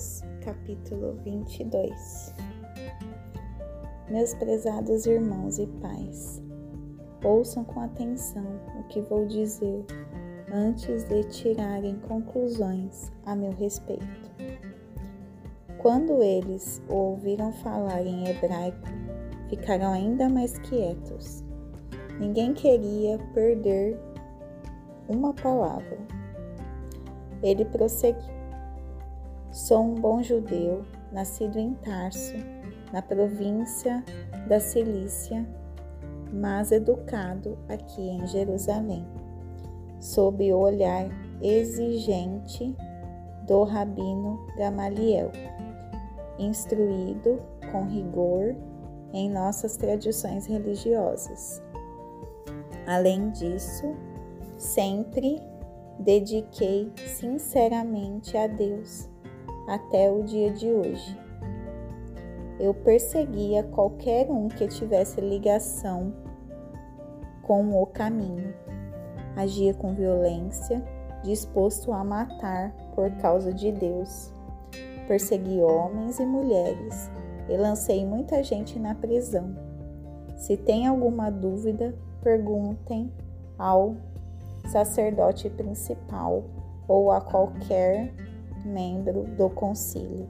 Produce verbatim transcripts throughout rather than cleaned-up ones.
Atos, capítulo vinte e dois. Meus prezados irmãos e pais, ouçam com atenção o que vou dizer antes de tirarem conclusões a meu respeito. Quando eles o ouviram falar em hebraico, ficaram ainda mais quietos. Ninguém queria perder uma palavra. Ele prosseguiu: Sou um bom judeu, nascido em Tarso, na província da Cilícia, mas educado aqui em Jerusalém, sob o olhar exigente do rabino Gamaliel, instruído com rigor em nossas tradições religiosas. Além disso, sempre dediquei sinceramente a Deus até o dia de hoje. Eu perseguia qualquer um que tivesse ligação com o caminho. Agia com violência, disposto a matar por causa de Deus. Persegui homens e mulheres e lancei muita gente na prisão. Se tem alguma dúvida, perguntem ao sacerdote principal ou a qualquer membro do concílio.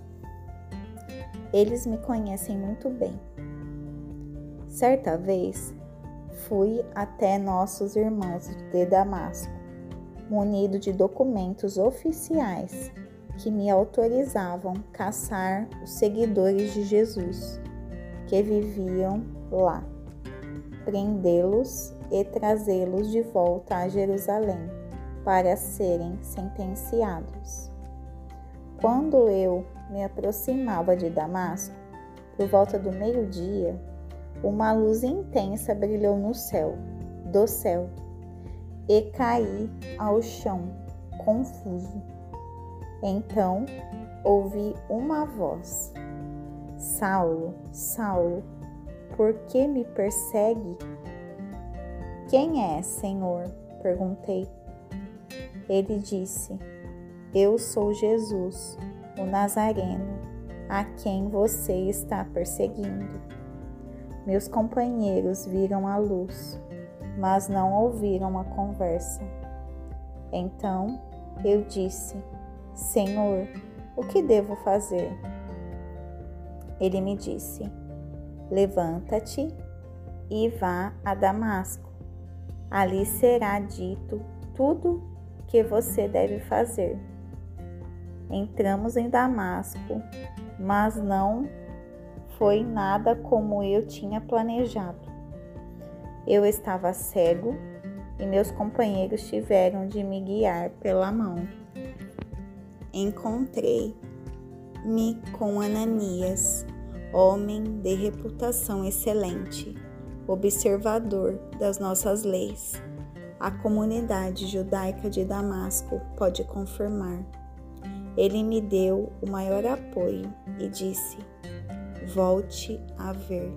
Eles me conhecem muito bem. Certa vez, fui até nossos irmãos de Damasco, munido de documentos oficiais que me autorizavam caçar os seguidores de Jesus, que viviam lá, prendê-los e trazê-los de volta a Jerusalém para serem sentenciados. Quando eu me aproximava de Damasco, por volta do meio-dia, uma luz intensa brilhou no céu, do céu, e caí ao chão, confuso. Então, ouvi uma voz: Saulo, Saulo, por que me persegue? Quem é, Senhor? Perguntei. Ele disse: Eu sou Jesus, o Nazareno, a quem você está perseguindo. Meus companheiros viram a luz, mas não ouviram a conversa. Então eu disse: Senhor, o que devo fazer? Ele me disse: Levanta-te e vá a Damasco. Ali será dito tudo que você deve fazer. Entramos em Damasco, mas não foi nada como eu tinha planejado. Eu estava cego e meus companheiros tiveram de me guiar pela mão. Encontrei-me com Ananias, homem de reputação excelente, observador das nossas leis. A comunidade judaica de Damasco pode confirmar. Ele me deu o maior apoio e disse: Volte a ver.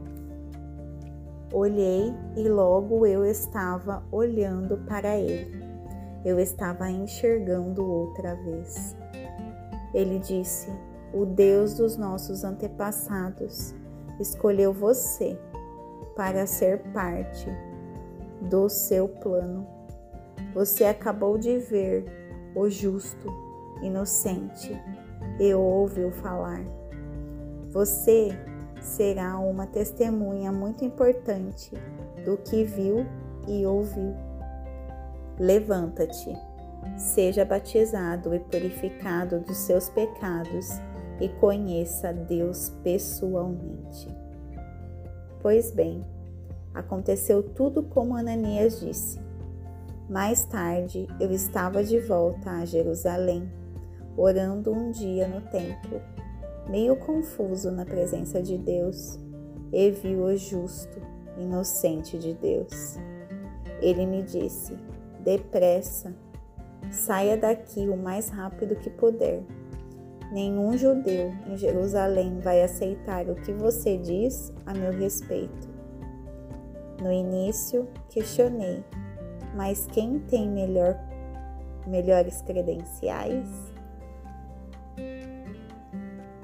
Olhei e logo eu estava olhando para ele. Eu estava enxergando outra vez. Ele disse: O Deus dos nossos antepassados escolheu você para ser parte do seu plano. Você acabou de ver o justo, inocente, e ouviu falar. Você será uma testemunha muito importante do que viu e ouviu. Levanta-te, seja batizado e purificado dos seus pecados e conheça Deus pessoalmente. Pois bem, aconteceu tudo como Ananias disse. Mais tarde, eu estava de volta a Jerusalém, orando um dia no templo, meio confuso na presença de Deus, e vi o justo, inocente de Deus. Ele me disse: Depressa, saia daqui o mais rápido que puder. Nenhum judeu em Jerusalém vai aceitar o que você diz a meu respeito. No início, questionei: Mas quem tem melhor, melhores credenciais?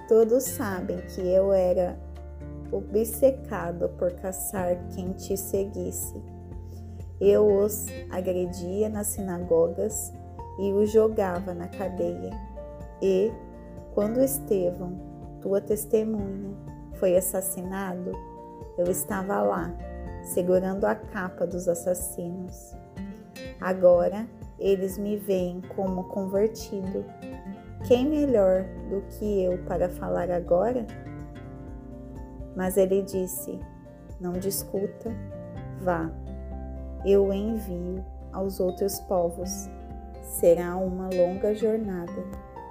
Todos sabem que eu era obcecado por caçar quem te seguisse. Eu os agredia nas sinagogas e os jogava na cadeia. E, quando Estevão, tua testemunha, foi assassinado, eu estava lá, segurando a capa dos assassinos. Agora, eles me veem como convertido. Quem melhor do que eu para falar agora? Mas ele disse, não discuta, vá. Eu o envio aos outros povos. Será uma longa jornada.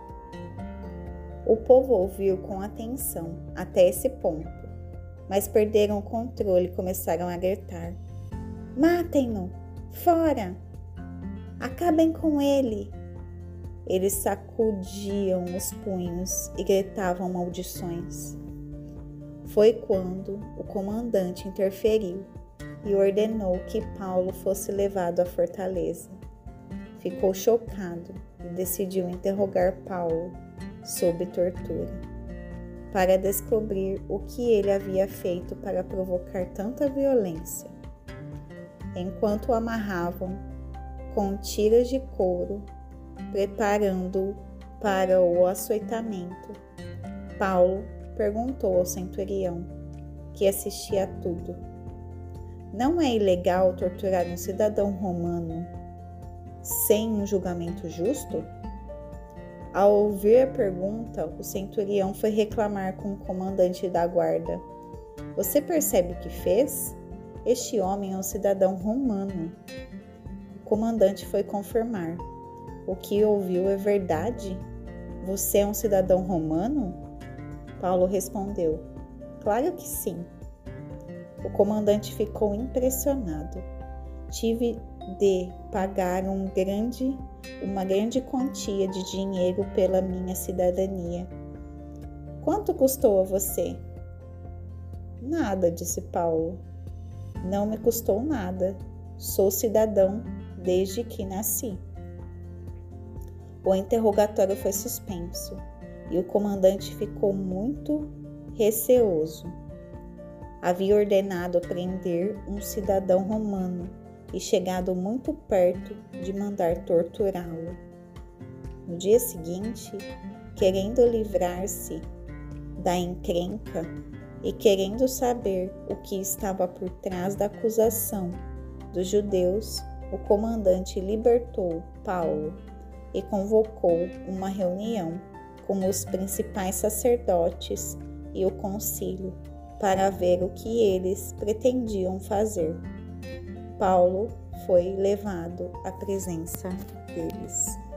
O povo ouviu com atenção até esse ponto, mas perderam o controle e começaram a gritar. Matem-no! Fora! Acabem com ele! Eles sacudiam os punhos e gritavam maldições. Foi quando o comandante interferiu e ordenou que Paulo fosse levado à fortaleza. Ficou chocado e decidiu interrogar Paulo sob tortura, para descobrir o que ele havia feito para provocar tanta violência. Enquanto o amarravam com tiras de couro, preparando-o para o açoitamento, Paulo perguntou ao centurião, que assistia a tudo: não é ilegal torturar um cidadão romano sem um julgamento justo? Ao ouvir a pergunta, o centurião foi reclamar com o comandante da guarda. Você percebe o que fez? Este homem é um cidadão romano. O comandante foi confirmar. O que ouviu é verdade? Você é um cidadão romano? Paulo respondeu. Claro que sim. O comandante ficou impressionado. Tive de pagar um grande, uma grande quantia de dinheiro pela minha cidadania. Quanto custou a você? Nada, disse Paulo. Não me custou nada. Sou cidadão desde que nasci. O interrogatório foi suspenso e o comandante ficou muito receoso. Havia ordenado prender um cidadão romano e chegado muito perto de mandar torturá-lo. No dia seguinte, querendo livrar-se da encrenca e querendo saber o que estava por trás da acusação dos judeus, o comandante libertou Paulo e convocou uma reunião com os principais sacerdotes e o concílio para ver o que eles pretendiam fazer. Paulo foi levado à presença deles.